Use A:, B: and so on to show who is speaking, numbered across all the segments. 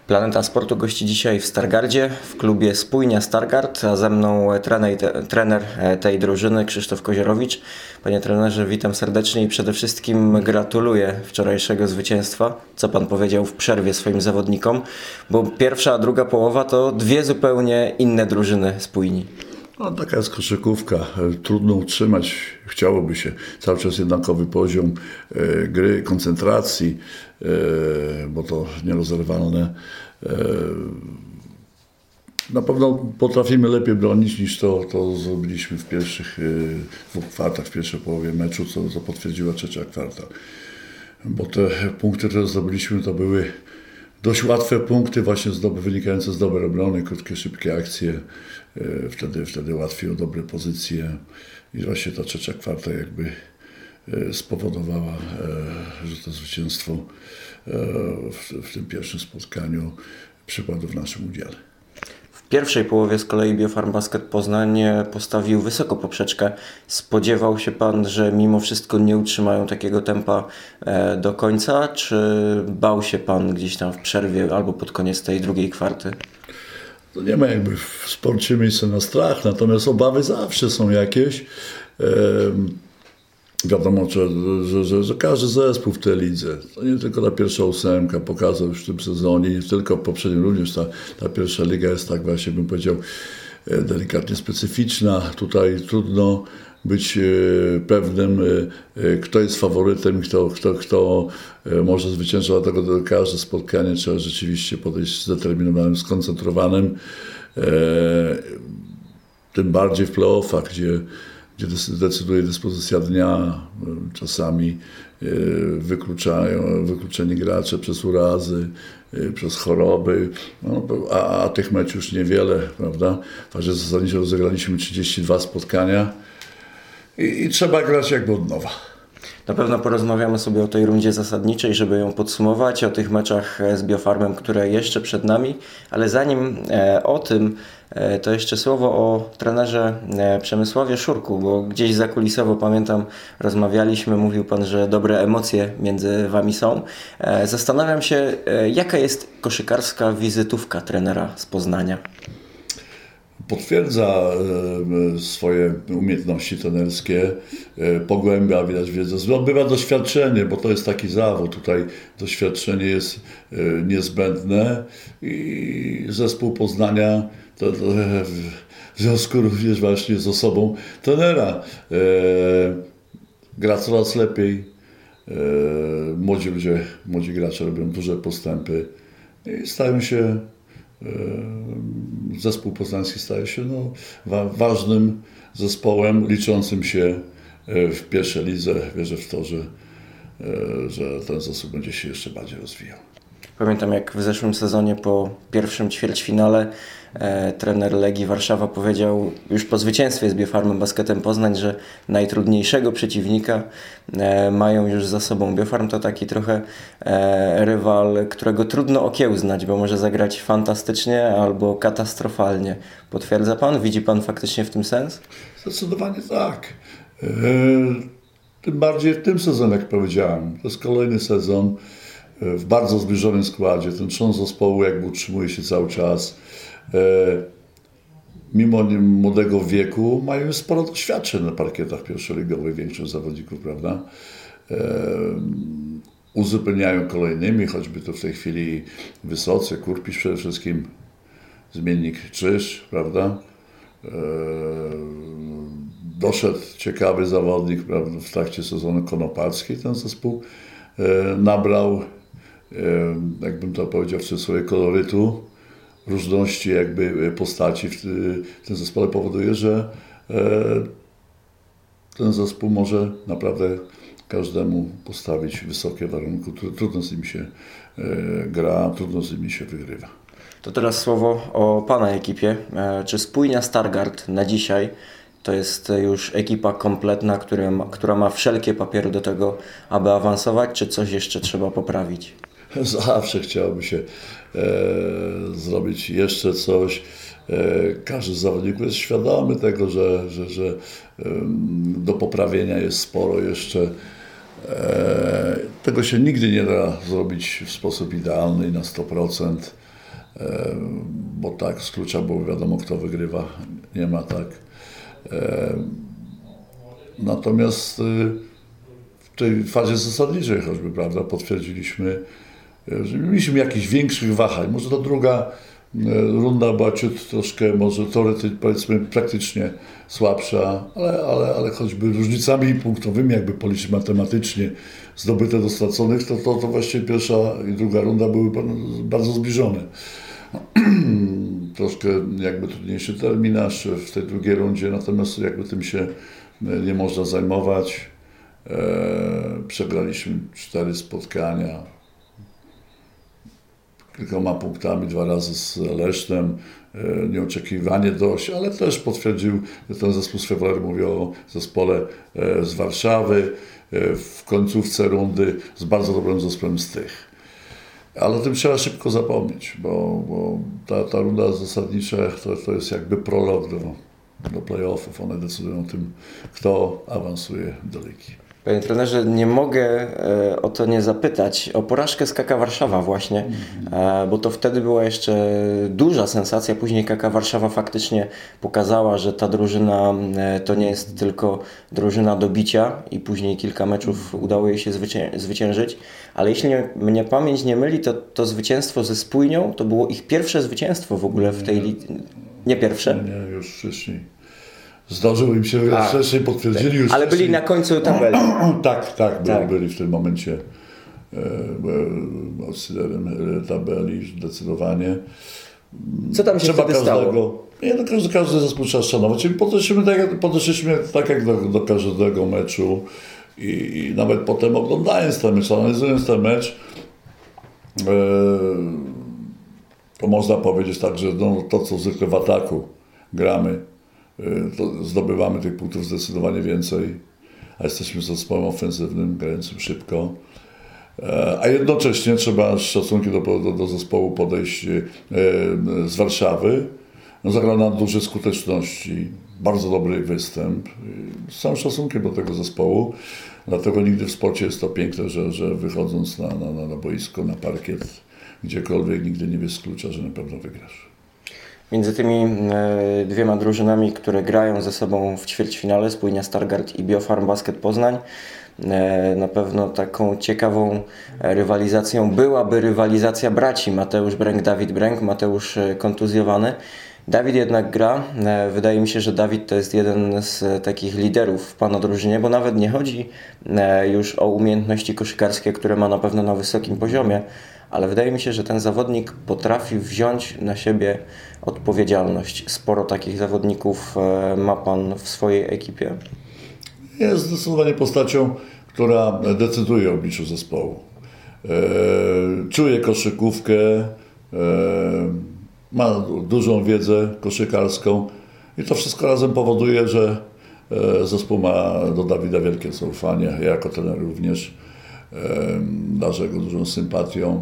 A: Planeta Sportu gości dzisiaj w Stargardzie, w klubie Spójnia Stargard, a ze mną trener tej drużyny Krzysztof Koziorowicz. Panie trenerze, witam serdecznie i przede wszystkim gratuluję wczorajszego zwycięstwa. Co pan powiedział w przerwie swoim zawodnikom? Bo pierwsza a druga połowa to dwie zupełnie inne drużyny Spójni.
B: No, taka jest koszykówka. Trudno utrzymać, chciałoby się, cały czas jednakowy poziom gry, koncentracji, bo to nierozerwalne. Na pewno potrafimy lepiej bronić niż to zrobiliśmy w pierwszych dwóch kwartach, w pierwszej połowie meczu, co potwierdziła trzecia kwarta. Bo te punkty, które zdobyliśmy, to były dość łatwe punkty, właśnie wynikające z dobrej obrony, krótkie, szybkie akcje. Wtedy łatwiej o dobre pozycje i właśnie ta trzecia kwarta jakby spowodowała, że to zwycięstwo w tym pierwszym spotkaniu przypadło w naszym udziale.
A: W pierwszej połowie z kolei Biofarm Basket Poznań postawił wysoko poprzeczkę. Spodziewał się pan, że mimo wszystko nie utrzymają takiego tempa do końca, czy bał się pan gdzieś tam w przerwie albo pod koniec tej drugiej kwarty?
B: To nie ma jakby w sporcie miejsca na strach, natomiast obawy zawsze są jakieś. Wiadomo, że każdy zespół w tej lidze, to nie tylko ta pierwsza ósemka pokazał już w tym sezonie, nie tylko w poprzednim również ta pierwsza liga jest tak właśnie, bym powiedział, delikatnie specyficzna. Tutaj trudno być pewnym, kto jest faworytem, kto może zwyciężyć, dlatego do każde spotkanie trzeba rzeczywiście podejść zdeterminowanym, skoncentrowanym. Tym bardziej w play-offach, gdzie decyduje dyspozycja dnia, czasami wykluczeni gracze przez urazy, przez choroby, a tych meczów już niewiele, prawda? Także zasadniczo rozegraliśmy 32 spotkania i trzeba grać jakby od nowa.
A: Na pewno porozmawiamy sobie o tej rundzie zasadniczej, żeby ją podsumować, o tych meczach z Biofarmem, które jeszcze przed nami, ale zanim o tym, to jeszcze słowo o trenerze Przemysławie Szurku, bo gdzieś zakulisowo pamiętam, rozmawialiśmy, mówił pan, że dobre emocje między wami są. Zastanawiam się, jaka jest koszykarska wizytówka trenera z Poznania?
B: Potwierdza swoje umiejętności trenerskie, pogłębia, widać wiedzę, zdobywa doświadczenie, bo to jest taki zawód, tutaj doświadczenie jest niezbędne i zespół Poznania to w związku również właśnie z osobą trenera gra coraz lepiej, młodzi ludzie, młodzi gracze robią duże postępy i stają się zespół poznański staje się ważnym zespołem liczącym się w pierwszej lidze. Wierzę w to, że ten zespół będzie się jeszcze bardziej rozwijał.
A: Pamiętam, jak w zeszłym sezonie po pierwszym ćwierćfinale trener Legii Warszawa powiedział już po zwycięstwie z Biofarmem Basketem Poznań, że najtrudniejszego przeciwnika mają już za sobą. Biofarm to taki trochę rywal, którego trudno okiełznać, bo może zagrać fantastycznie albo katastrofalnie. Potwierdza pan? Widzi pan faktycznie w tym sens?
B: Zdecydowanie tak. Tym bardziej w tym sezonie, jak powiedziałem. To jest kolejny sezon w bardzo zbliżonym składzie. Ten trzon zespołu jakby utrzymuje się cały czas. Mimo młodego wieku mają sporo doświadczeń na parkietach pierwszoligowych, większość zawodników, prawda? Uzupełniają kolejnymi, choćby to w tej chwili Wysocy, Kurpisz przede wszystkim, zmiennik Czyż, prawda? Doszedł ciekawy zawodnik, prawda, w trakcie sezonu Konopackiej. Ten zespół nabrał, jakbym to powiedział, w cudzysłowie kolorytu, różności jakby postaci w tym zespole powoduje, że ten zespół może naprawdę każdemu postawić wysokie warunki. Trudno z nim się gra, trudno z nimi się wygrywa.
A: To teraz słowo o pana ekipie. Czy Spójnia Stargard na dzisiaj to jest już ekipa kompletna, która ma wszelkie papiery do tego, aby awansować, czy coś jeszcze trzeba poprawić?
B: Zawsze chciałoby się zrobić jeszcze coś. Każdy z zawodników jest świadomy tego, że do poprawienia jest sporo jeszcze. Tego się nigdy nie da zrobić w sposób idealny i na 100%. bo tak z klucza było wiadomo, kto wygrywa, nie ma tak. Natomiast w tej fazie zasadniczej choćby, prawda, potwierdziliśmy, że nie mieliśmy jakichś większych wahań. Może ta druga runda była ciut troszkę, może teoretycznie, powiedzmy, praktycznie słabsza, ale choćby różnicami punktowymi, jakby policzyć matematycznie zdobyte do straconych, to właściwie pierwsza i druga runda były bardzo zbliżone. Troszkę jakby trudniejszy terminarz w tej drugiej rundzie, natomiast jakby tym się nie można zajmować. Przegraliśmy 4 spotkania, kilkoma punktami, 2 razy z Lesznem, nieoczekiwanie dość, ale też potwierdził, że ten zespół z Fewler mówi o zespole z Warszawy w końcówce rundy z bardzo dobrym zespołem z tych. Ale o tym trzeba szybko zapomnieć, bo ta runda zasadnicza to jest jakby prolog do play-offów. One decydują o tym, kto awansuje do ligi.
A: Panie trenerze, nie mogę o to nie zapytać, o porażkę z KK Warszawa właśnie, bo to wtedy była jeszcze duża sensacja. Później KK Warszawa faktycznie pokazała, że ta drużyna to nie jest tylko drużyna do bicia i później kilka meczów udało jej się zwyciężyć, ale jeśli mnie pamięć nie myli, to zwycięstwo ze Spójnią to było ich pierwsze zwycięstwo w ogóle w tej lidze. Nie pierwsze?
B: Nie, już wcześniej. Zdarzyło im się wcześniej, potwierdzili już.
A: Ale byli na końcu tabeli.
B: Tak. Byli w tym momencie oscylerem tabeli zdecydowanie.
A: Co tam się wtedy stało?
B: Każdy zespół trzeba szanować. Czyli podeszliśmy tak jak do każdego meczu i nawet potem oglądając ten mecz, analizując ten mecz, to można powiedzieć tak, że to co zwykle w ataku gramy, to zdobywamy tych punktów zdecydowanie więcej, a jesteśmy zespołem ofensywnym, grającym szybko. A jednocześnie trzeba z szacunkiem do zespołu podejść z Warszawy. Zagrał na duże skuteczności, bardzo dobry występ. Z całym szacunkiem do tego zespołu. Dlatego nigdy w sporcie jest to piękne, że wychodząc na boisko, na parkiet, gdziekolwiek, nigdy nie wiesz z klucza, że na pewno wygrasz.
A: Między tymi dwiema drużynami, które grają ze sobą w ćwierćfinale, Spójnia Stargard i Biofarm Basket Poznań, na pewno taką ciekawą rywalizacją byłaby rywalizacja braci Mateusz Bręk, Dawid Bręk. Mateusz kontuzjowany. Dawid jednak gra. Wydaje mi się, że Dawid to jest jeden z takich liderów w pana drużynie, bo nawet nie chodzi już o umiejętności koszykarskie, które ma na pewno na wysokim poziomie, ale wydaje mi się, że ten zawodnik potrafi wziąć na siebie odpowiedzialność. Sporo takich zawodników ma pan w swojej ekipie?
B: Jest zdecydowanie postacią, która decyduje o obliczu zespołu. Czuje koszykówkę, ma dużą wiedzę koszykarską i to wszystko razem powoduje, że zespół ma do Dawida wielkie zaufanie. Ja jako trener również darzę go dużą sympatią,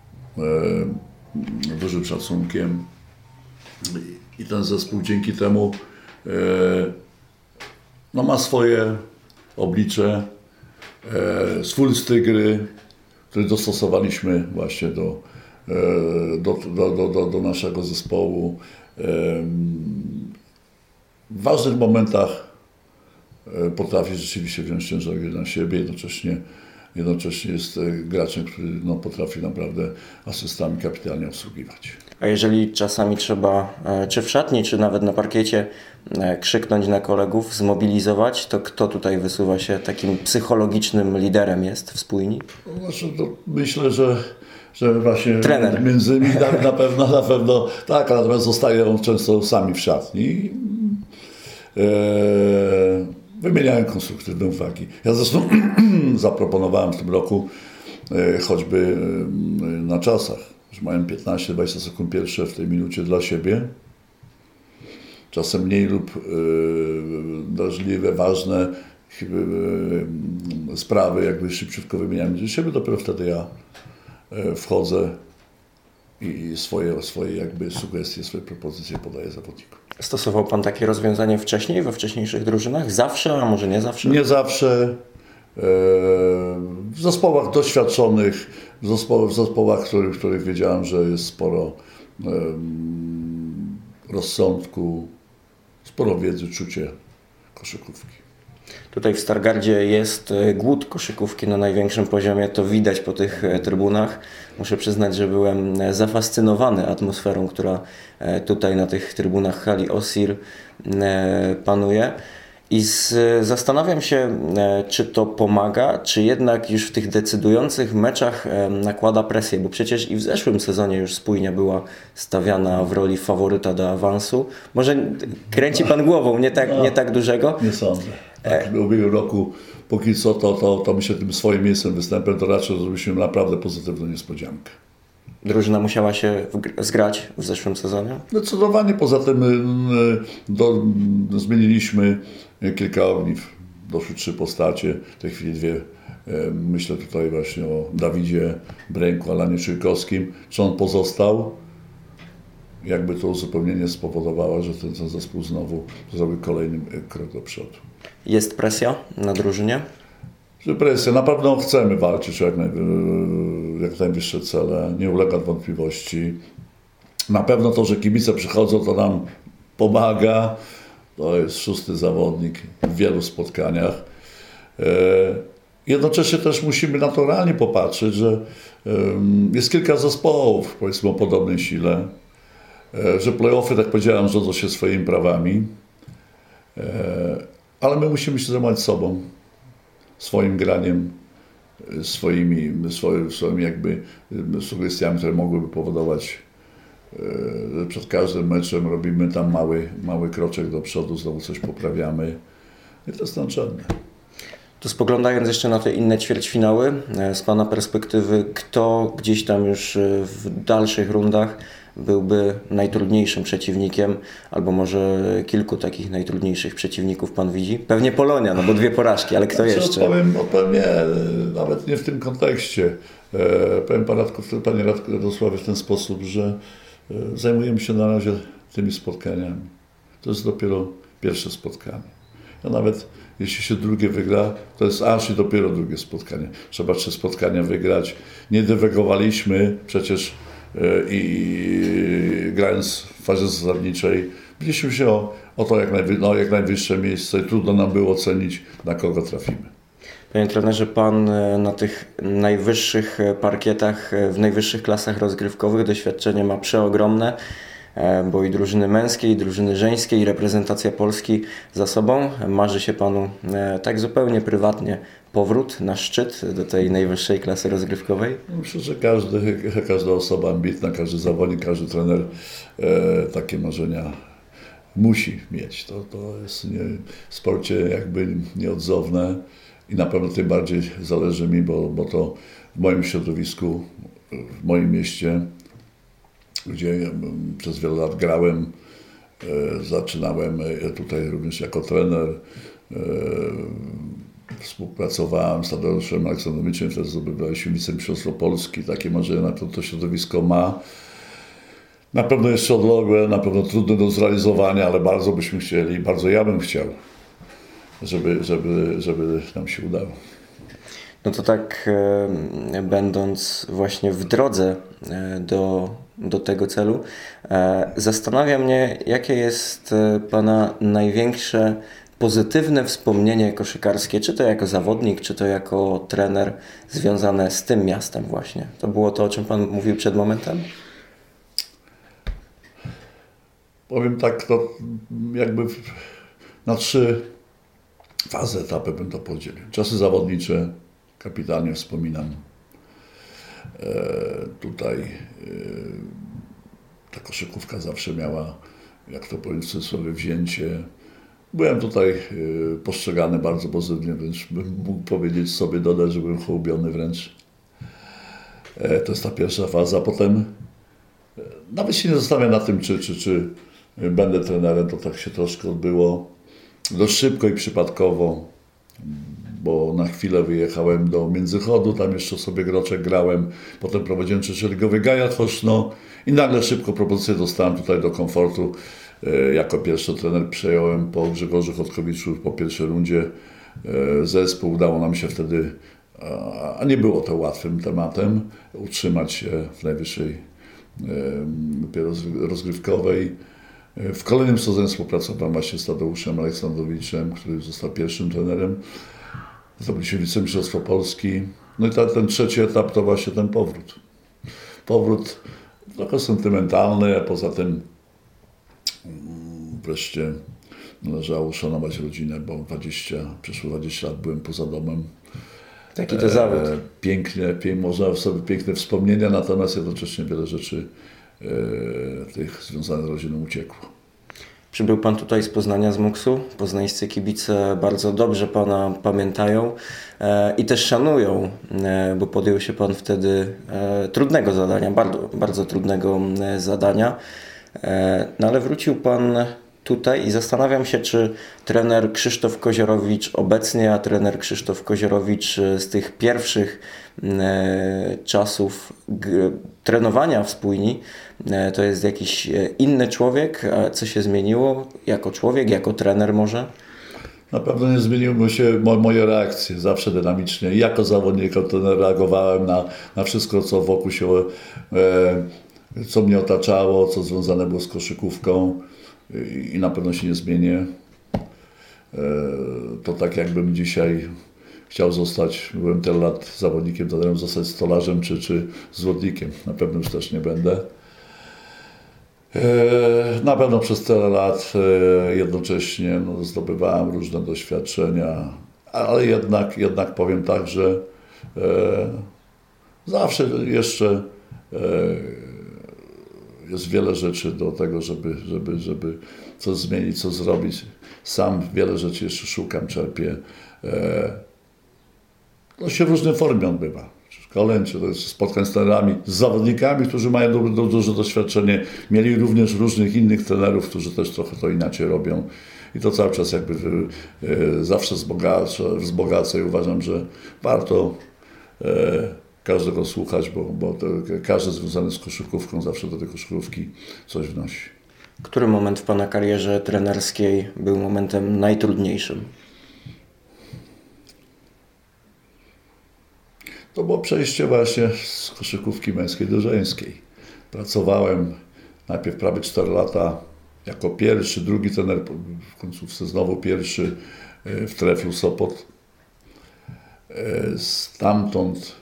B: dużym szacunkiem i ten zespół dzięki temu ma swoje oblicze, swój styl gry, który dostosowaliśmy właśnie do naszego zespołu. W ważnych momentach potrafi rzeczywiście wziąć ciężar gry na siebie, jednocześnie jest graczem, który potrafi naprawdę asystami kapitalnie obsługiwać.
A: A jeżeli czasami trzeba, czy w szatni, czy nawet na parkiecie, krzyknąć na kolegów, zmobilizować, to kto tutaj wysuwa się takim psychologicznym liderem jest w Spójni?
B: Znaczy, myślę, że właśnie
A: trener.
B: Między nimi na pewno tak, natomiast zostają często sami w szatni. Wymieniają konstruktywne uwagi. Ja zresztą zaproponowałem w tym roku choćby na czasach, że mają 15-20 sekund pierwsze w tej minucie dla siebie. Czasem mniej lub drażliwe, ważne sprawy jakby szybciutko wymieniają między siebie. Dopiero wtedy ja wchodzę i swoje jakby sugestie, swoje propozycje podaję zawodnikom.
A: Stosował pan takie rozwiązanie wcześniej, we wcześniejszych drużynach? Zawsze, a może nie zawsze?
B: Nie zawsze. W zespołach doświadczonych, w zespołach, w których wiedziałem, że jest sporo rozsądku, sporo wiedzy, czucie koszykówki.
A: Tutaj w Stargardzie jest głód koszykówki na największym poziomie, to widać po tych trybunach. Muszę przyznać, że byłem zafascynowany atmosferą, która tutaj na tych trybunach hali Osir panuje. I zastanawiam się, czy to pomaga, czy jednak już w tych decydujących meczach nakłada presję, bo przecież i w zeszłym sezonie już Spójnia była stawiana w roli faworyta do awansu. Może kręci pan głową, nie tak dużego?
B: Nie sądzę. Tak, w ubiegłym roku póki co to my się tym swoim miejscem występem to raczej zrobiliśmy naprawdę pozytywną niespodziankę.
A: Drużyna musiała się zgrać w zeszłym sezonie?
B: Zdecydowanie, poza tym zmieniliśmy kilka ogniw. Doszły 3 postacie, w tej chwili 2. Myślę tutaj właśnie o Dawidzie Bręku, Alanie Czujkowskim. Czy on pozostał? Jakby to uzupełnienie spowodowało, że ten zespół znowu zrobił kolejny krok do przodu.
A: Jest presja na drużynie?
B: Presja. Na pewno chcemy walczyć o jak najwyższe cele. Nie ulega wątpliwości. Na pewno to, że kibice przychodzą, to nam pomaga. To jest 6. zawodnik w wielu spotkaniach. Jednocześnie też musimy naturalnie popatrzeć, że jest kilka zespołów, powiedzmy, o podobnej sile. Że play-offy, tak powiedziałem, rządzą się swoimi prawami. Ale my musimy się zajmować sobą, swoim graniem, swoimi jakby sugestiami, które mogłyby powodować, że przed każdym meczem robimy tam mały kroczek do przodu, znowu coś poprawiamy i to jest narzędne.
A: To spoglądając jeszcze na te inne ćwierćfinały, z pana perspektywy, kto gdzieś tam już w dalszych rundach byłby najtrudniejszym przeciwnikiem, albo może kilku takich najtrudniejszych przeciwników pan widzi? Pewnie Polonia, no bo 2 porażki, ale kto jeszcze?
B: Odpowiem nie, nawet nie w tym kontekście. Powiem panie Radosławie w ten sposób, że zajmujemy się na razie tymi spotkaniami. To jest dopiero pierwsze spotkanie. A nawet jeśli się drugie wygra, to jest aż i dopiero drugie spotkanie. Trzeba 3 spotkania wygrać. Nie dywagowaliśmy przecież i grając w fazie zasadniczej, biliśmy się o to jak najwyższe miejsce i trudno nam było ocenić, na kogo trafimy.
A: Panie trenerze, pan na tych najwyższych parkietach, w najwyższych klasach rozgrywkowych doświadczenie ma przeogromne, bo i drużyny męskie, i drużyny żeńskie, i reprezentacja Polski za sobą. Marzy się panu tak zupełnie prywatnie powrót na szczyt do tej najwyższej klasy rozgrywkowej?
B: Myślę, że każda osoba ambitna, każdy zawodnik, każdy trener takie marzenia musi mieć. To jest w sporcie jakby nieodzowne i na pewno tym bardziej zależy mi, bo to w moim środowisku, w moim mieście, gdzie przez wiele lat grałem, zaczynałem tutaj również jako trener, współpracowałem z Tadeuszem Aleksandrowiczem, wtedy zdobywaliśmy wicemistrzostwo Polski. Takie marzenia na to środowisko ma. Na pewno jeszcze odległe, na pewno trudne do zrealizowania, ale bardzo byśmy chcieli, bardzo ja bym chciał, żeby nam się udało.
A: No to tak, będąc właśnie w drodze do tego celu, zastanawia mnie, jakie jest pana największe pozytywne wspomnienie koszykarskie, czy to jako zawodnik, czy to jako trener, związane z tym miastem właśnie. To było to, o czym pan mówił przed momentem?
B: Powiem tak, to jakby na 3 fazy, etapy bym to podzielił. Czasy zawodnicze, kapitalnie wspominam. Tutaj ta koszykówka zawsze miała, jak to powiem w cudzysłowie, wzięcie. Byłem tutaj postrzegany bardzo pozytywnie, wręcz bym mógł powiedzieć sobie, dodać, że byłem hołubiony wręcz. To jest ta pierwsza faza. Potem nawet się nie zastanawiam na tym, czy będę trenerem, to tak się troszkę odbyło. Dość szybko i przypadkowo, bo na chwilę wyjechałem do Międzychodu, tam jeszcze sobie groczek grałem, potem prowadziłem trzecioligowy Gajat Choszno i nagle szybko propozycję dostałem tutaj do Komfortu. Jako pierwszy trener przejąłem po Grzegorzu Chodkowiczu po pierwszej rundzie zespół. Udało nam się wtedy, a nie było to łatwym tematem, utrzymać się w najwyższej dopiero rozgrywkowej. W kolejnym sezonie współpracowałem właśnie z Tadeuszem Aleksandrowiczem, który został pierwszym trenerem. Zdobyliśmy wicemistrzostwo Polski. No i ten trzeci etap to właśnie ten powrót. Powrót trochę sentymentalny, a poza tym wreszcie należało uszanować rodzinę, bo przeszło 20 lat byłem poza domem.
A: Taki to zawód.
B: Można sobie piękne wspomnienia, natomiast jednocześnie wiele rzeczy tych związanych z rodziną uciekło.
A: Przybył Pan tutaj z Poznania, z MUKS-u. Poznańscy kibice bardzo dobrze Pana pamiętają i też szanują, bo podjął się Pan wtedy trudnego zadania, bardzo, bardzo trudnego zadania. No ale wrócił Pan tutaj i zastanawiam się, czy trener Krzysztof Koziorowicz obecnie, a trener Krzysztof Koziorowicz z tych pierwszych czasów trenowania w Spójni, to jest jakiś inny człowiek? Co się zmieniło jako człowiek, jako trener może?
B: Na pewno nie zmieniły się moje reakcje, zawsze dynamicznie. Jako zawodnik, jako trener reagowałem na wszystko, co wokół się, co mnie otaczało, co związane było z koszykówką i na pewno się nie zmienię. To tak jakbym dzisiaj chciał zostać, byłem tyle lat zawodnikiem, trenerem, zostać stolarzem czy zwodnikiem. Na pewno już też nie będę. Na pewno przez tyle lat jednocześnie zdobywałem różne doświadczenia, ale jednak powiem tak, że zawsze jeszcze jest wiele rzeczy do tego, żeby coś zmienić, coś zrobić. Sam wiele rzeczy jeszcze szukam, czerpię. To się w różnej formie odbywa. Szkoleń, czy to jest spotkań z trenerami, z zawodnikami, którzy mają duże doświadczenie. Mieli również różnych innych trenerów, którzy też trochę to inaczej robią. I to cały czas jakby zawsze wzbogaca i uważam, że warto każdego słuchać, bo każdy związany z koszykówką zawsze do tej koszykówki coś wnosi.
A: Który moment w Pana karierze trenerskiej był momentem najtrudniejszym?
B: To było przejście właśnie z koszykówki męskiej do żeńskiej. Pracowałem najpierw prawie 4 lata jako pierwszy, drugi trener, w końcówce znowu pierwszy w Trefiu Sopot. Stamtąd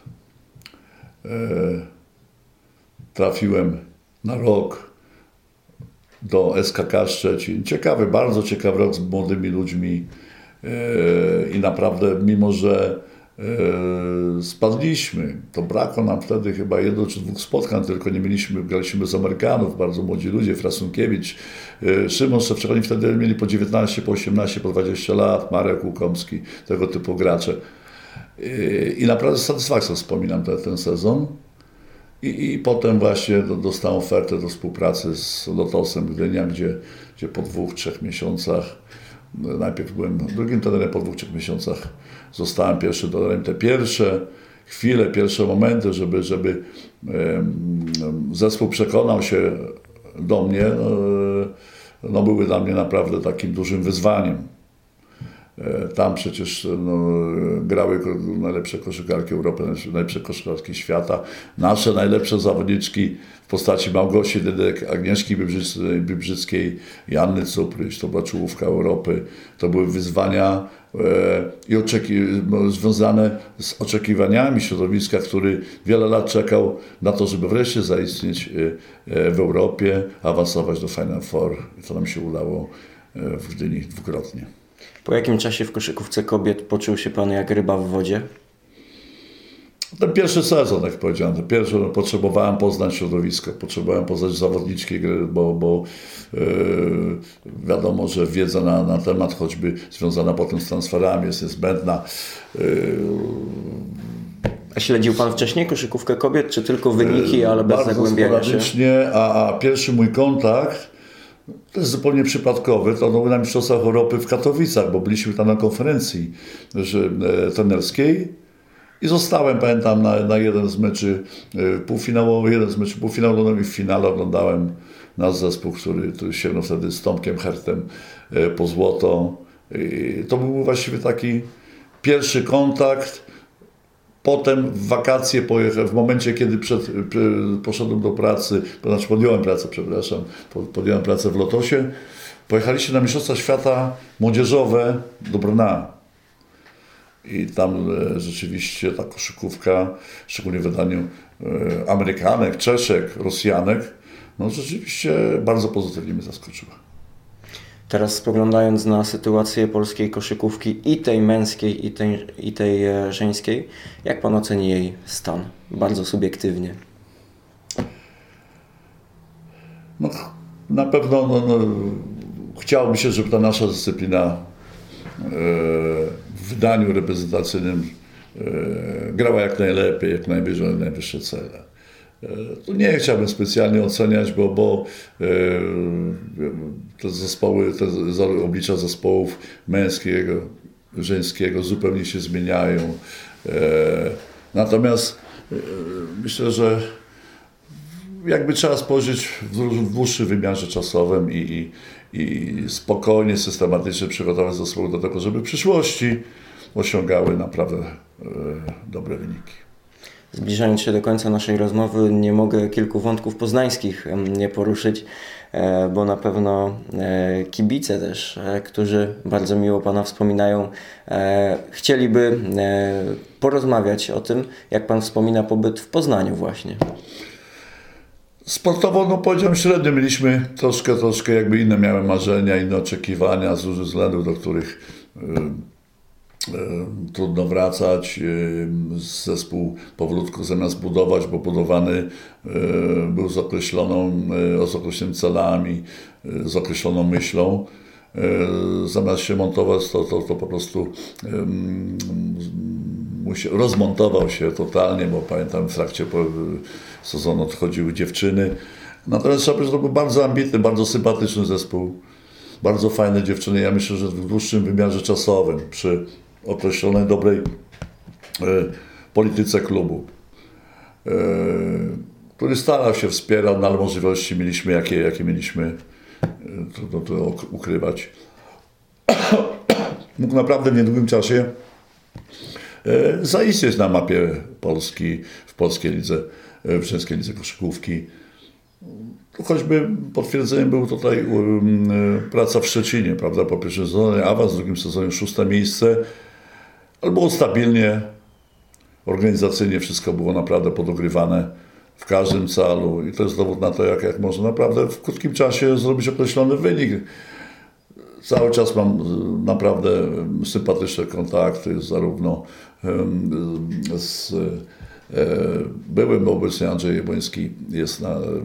B: trafiłem na rok do SKK Szczecin. Bardzo ciekawy rok z młodymi ludźmi i naprawdę, mimo że spadliśmy, to brakło nam wtedy chyba 1 czy 2 spotkań, tylko nie mieliśmy, graliśmy z Amerykanów, bardzo młodzi ludzie, Frasunkiewicz, Szymon Szewczyk, oni wtedy mieli po 19, po 18, po 20 lat, Marek Łukomski, tego typu gracze. I naprawdę z satysfakcją wspominam ten sezon. I potem właśnie dostałem ofertę do współpracy z Lotosem Gdynia, gdzie po 2-3 miesiącach, najpierw byłem drugim trenerem, po 2-3 miesiącach zostałem pierwszym trenerem. Te pierwsze chwile, pierwsze momenty, żeby zespół przekonał się do mnie, były dla mnie naprawdę takim dużym wyzwaniem. Tam przecież grały najlepsze koszykarki Europy, najlepsze koszykarki świata. Nasze najlepsze zawodniczki w postaci Małgosi Dydek, Agnieszki Bibrzyckiej, Janny Cupryś, to była czołówka Europy. To były wyzwania związane z oczekiwaniami środowiska, który wiele lat czekał na to, żeby wreszcie zaistnieć w Europie, awansować do Final Four. I to nam się udało w Gdyni dwukrotnie.
A: Po jakim czasie w koszykówce kobiet poczuł się Pan jak ryba w wodzie?
B: Ten pierwszy sezon, jak powiedziałem, potrzebowałem poznać środowisko, potrzebowałem poznać zawodniczki, bo wiadomo, że wiedza na temat choćby związana potem z transferami jest niezbędna.
A: A śledził Pan wcześniej koszykówkę kobiet, czy tylko wyniki, ale bez zagłębiania się?
B: Bardzo sporadycznie, a pierwszy mój kontakt to jest zupełnie przypadkowy, to był na Mistrzostwach Europy w Katowicach, bo byliśmy tam na konferencji trenerskiej i zostałem, pamiętam, na jeden z meczy półfinałowych, i w finale oglądałem nasz zespół, który sięgnął wtedy z Tomkiem Hertem po złoto. I to był właściwie taki pierwszy kontakt. potem w wakacje pojechałem, w momencie, kiedy poszedłem do pracy, podjąłem pracę, przepraszam, podjąłem pracę w Lotosie, pojechaliśmy na Mistrzostwa Świata Młodzieżowe do Brna. I tam rzeczywiście ta koszykówka, szczególnie w wydaniu Amerykanek, Czeszek, Rosjanek, no rzeczywiście bardzo pozytywnie mnie zaskoczyła.
A: Teraz spoglądając na sytuację polskiej koszykówki, i tej męskiej, i tej żeńskiej, jak pan oceni jej stan? Bardzo subiektywnie.
B: No, na pewno chciałoby się, żeby ta nasza dyscyplina w wydaniu reprezentacyjnym grała jak najlepiej, jak najwyżej, najwyższe cele. Tu nie chciałbym specjalnie oceniać, bo te zespoły, te oblicza zespołów męskiego, żeńskiego zupełnie się zmieniają. Natomiast myślę, że jakby trzeba spojrzeć w dłuższym wymiarze czasowym i spokojnie, systematycznie przygotować zespoły do tego, żeby w przyszłości osiągały naprawdę dobre wyniki.
A: Zbliżając się do końca naszej rozmowy, nie mogę kilku wątków poznańskich nie poruszyć, bo na pewno kibice też, którzy bardzo miło pana wspominają, chcieliby porozmawiać o tym, jak pan wspomina pobyt w Poznaniu właśnie.
B: Sportowo, no powiedziałem średnio, mieliśmy troszkę jakby inne miałem marzenia, inne oczekiwania z różnych względów, do których trudno wracać. Zespół powolutku zamiast budować, bo budowany był z określonymi celami, z określoną myślą. Zamiast się montować, to po prostu rozmontował się totalnie, bo pamiętam w trakcie sezonu odchodziły dziewczyny. Natomiast trzeba powiedzieć, że to był bardzo ambitny, bardzo sympatyczny zespół. Bardzo fajne dziewczyny. Ja myślę, że w dłuższym wymiarze czasowym, przy określonej dobrej polityce klubu, który starał się, wspierał, no ale możliwości mieliśmy, jakie mieliśmy, to ukrywać. Mógł naprawdę w niedługim czasie zaistnieć na mapie Polski, w polskiej lidze, w żeńskiej lidze koszykówki. Choćby potwierdzeniem był tutaj praca w Szczecinie, prawda? Po pierwszym sezonie awans, w drugim sezonie 6. miejsce, ale było stabilnie, organizacyjnie wszystko było naprawdę podogrywane w każdym calu i to jest dowód na to, jak można naprawdę w krótkim czasie zrobić określony wynik. Cały czas mam naprawdę sympatyczne kontakty zarówno z byłym, obecnie Andrzej Jabłoński jest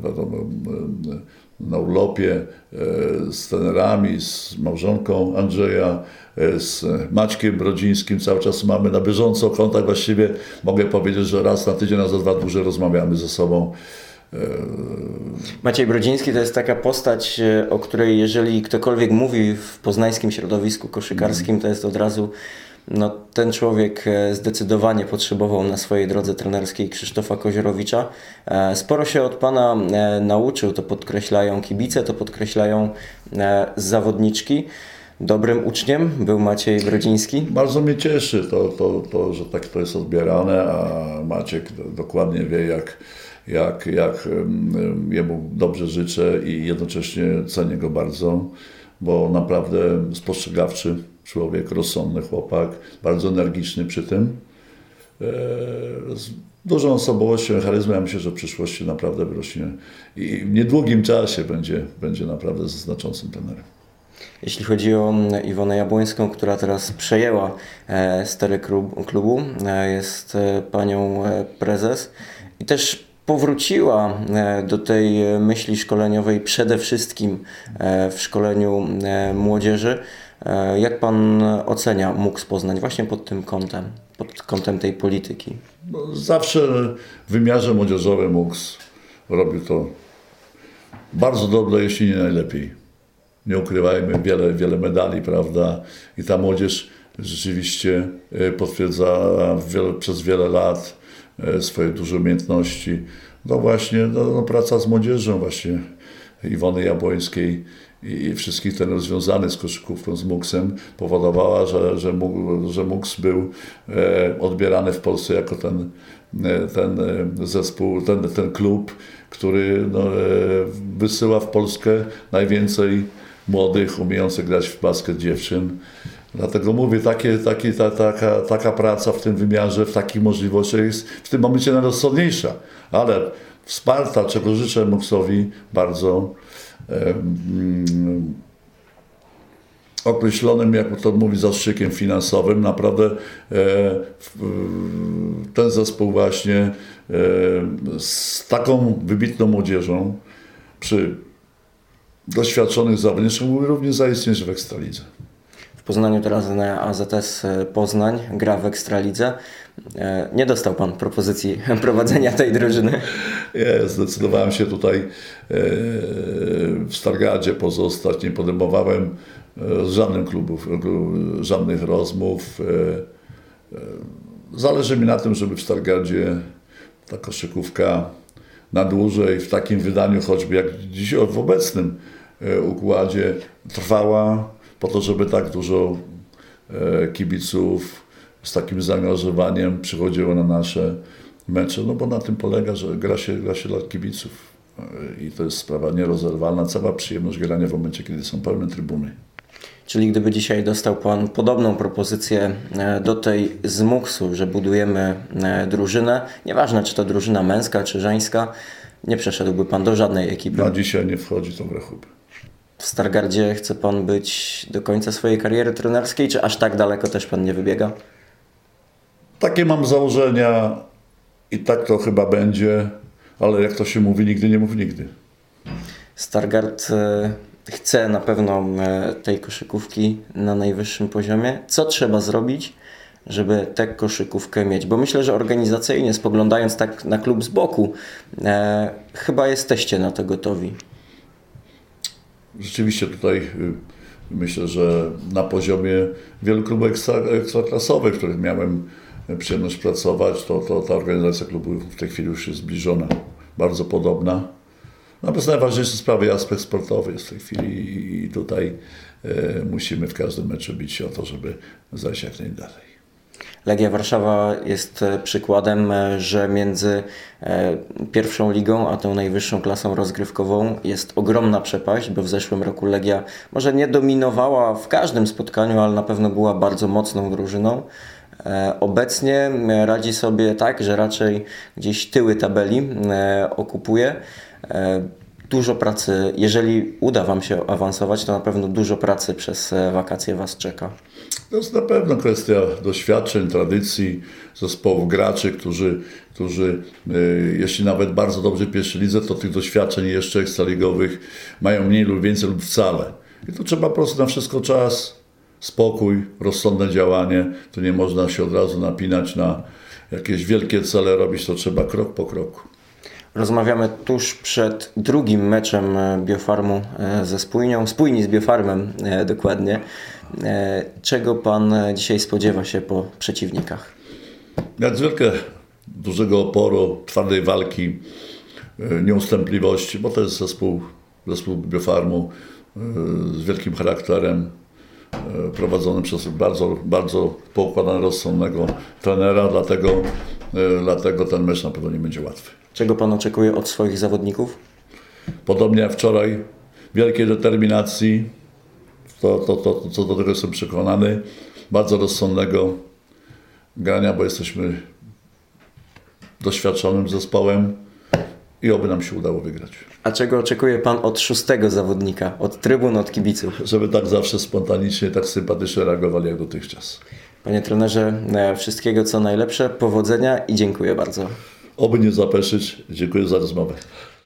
B: na urlopie, z trenerami, z małżonką Andrzeja, z Maćkiem Brodzińskim. Cały czas mamy na bieżąco kontakt. Właściwie mogę powiedzieć, że raz na tydzień, raz na dwa dłużej rozmawiamy ze sobą.
A: Maciej Brodziński to jest taka postać, o której jeżeli ktokolwiek mówi w poznańskim środowisku koszykarskim, to jest od razu ten człowiek zdecydowanie potrzebował na swojej drodze trenerskiej Krzysztofa Koziorowicza. Sporo się od pana nauczył, to podkreślają kibice, to podkreślają zawodniczki. Dobrym uczniem był Maciej Brodziński?
B: Bardzo mnie cieszy to, że tak to jest odbierane, a Maciek dokładnie wie, jak jemu dobrze życzę i jednocześnie cenię go bardzo, bo naprawdę spostrzegawczy człowiek, rozsądny chłopak, bardzo energiczny przy tym, z dużą osobowością i charyzmą. Ja myślę, że w przyszłości naprawdę wyrośnie i w niedługim czasie będzie naprawdę znaczącym trenerem.
A: Jeśli chodzi o Iwonę Jabłońską, która teraz przejęła stery klubu, jest panią prezes i też powróciła do tej myśli szkoleniowej przede wszystkim w szkoleniu młodzieży. Jak pan ocenia MUKS Poznań właśnie pod tym kątem, pod kątem tej polityki?
B: Zawsze w wymiarze młodzieżowym MUKS robił to bardzo dobrze, jeśli nie najlepiej. Nie ukrywajmy, wiele medali, prawda? I ta młodzież rzeczywiście potwierdzała przez wiele lat swoje duże umiejętności. No właśnie, praca z młodzieżą właśnie Iwony Jabłońskiej i wszystkich trenerów związanych z koszykówką, z MUKS-em powodowała, że MUKS był odbierany w Polsce jako ten zespół, ten klub, który wysyła w Polskę najwięcej młodych, umiejących grać w basket dziewczyn. Dlatego mówię, taka praca w tym wymiarze, w takich możliwościach jest w tym momencie najrozsądniejsza. Ale wsparta, czego życzę MUKS-owi bardzo, określonym, jak to mówi, zastrzykiem finansowym. Naprawdę ten zespół właśnie z taką wybitną młodzieżą, przy doświadczonych zawodniczych, mógł również zaistnieć w Ekstralidze.
A: W Poznaniu teraz AZS Poznań gra w Ekstralidze. Nie dostał pan propozycji prowadzenia tej drużyny?
B: Nie, zdecydowałem się tutaj w Stargardzie pozostać. Nie podejmowałem żadnych klubów, żadnych rozmów. Zależy mi na tym, żeby w Stargardzie ta koszykówka na dłużej, w takim wydaniu choćby jak dziś w obecnym układzie trwała, po to, żeby tak dużo kibiców z takim zaangażowaniem przychodziło na nasze mecze, no bo na tym polega, że gra się dla kibiców i to jest sprawa nierozerwalna, cała przyjemność grania w momencie, kiedy są pełne trybuny.
A: Czyli gdyby dzisiaj dostał pan podobną propozycję do tej z MUKS-u, że budujemy drużynę, nieważne czy to drużyna męska czy żeńska, nie przeszedłby pan do żadnej ekipy?
B: Na dzisiaj nie wchodzi to w rachubę.
A: W Stargardzie chce pan być do końca swojej kariery trenerskiej, czy aż tak daleko też pan nie wybiega?
B: Takie mam założenia i tak to chyba będzie, ale jak to się mówi, nigdy nie mów nigdy.
A: Stargard chce na pewno tej koszykówki na najwyższym poziomie. Co trzeba zrobić, żeby tę koszykówkę mieć? Bo myślę, że organizacyjnie, spoglądając tak na klub z boku, chyba jesteście na to gotowi.
B: Rzeczywiście tutaj myślę, że na poziomie wielu klubów ekstraklasowych, w których miałem przyjemność pracować, to ta organizacja klubu w tej chwili już jest zbliżona, bardzo podobna. Natomiast najważniejsze sprawy, aspekt sportowy jest w tej chwili i tutaj musimy w każdym meczu bić się o to, żeby zajść jak najdalej.
A: Legia Warszawa jest przykładem, że między pierwszą ligą a tą najwyższą klasą rozgrywkową jest ogromna przepaść, bo w zeszłym roku Legia może nie dominowała w każdym spotkaniu, ale na pewno była bardzo mocną drużyną. Obecnie radzi sobie tak, że raczej gdzieś tyły tabeli okupuje. Dużo pracy, jeżeli uda wam się awansować, to na pewno dużo pracy przez wakacje was czeka.
B: To jest na pewno kwestia doświadczeń, tradycji, zespołów graczy, którzy jeśli nawet bardzo dobrze w pierwszej lidze, to tych doświadczeń jeszcze ekstraligowych mają mniej lub więcej lub wcale. I tu trzeba po prostu na wszystko czas, spokój, rozsądne działanie. Tu nie można się od razu napinać na jakieś wielkie cele, robić to trzeba krok po kroku.
A: Rozmawiamy tuż przed drugim meczem Biofarmu ze Spójnią, Spójni z Biofarmem dokładnie. Czego pan dzisiaj spodziewa się po przeciwnikach?
B: Niezwykle dużego oporu, twardej walki, nieustępliwości, bo to jest zespół Biofarmu z wielkim charakterem, prowadzony przez bardzo poukładanego, rozsądnego trenera, dlatego ten mecz na pewno nie będzie łatwy.
A: Czego pan oczekuje od swoich zawodników?
B: Podobnie jak wczoraj, wielkiej determinacji, co do tego jestem przekonany, bardzo rozsądnego grania, bo jesteśmy doświadczonym zespołem i oby nam się udało wygrać.
A: A czego oczekuje pan od szóstego zawodnika, od trybun, od kibiców?
B: Żeby tak zawsze spontanicznie, tak sympatycznie reagowali jak dotychczas.
A: Panie trenerze, wszystkiego co najlepsze, powodzenia i dziękuję bardzo.
B: Oby nie zapeszyć. Dziękuję za rozmowę.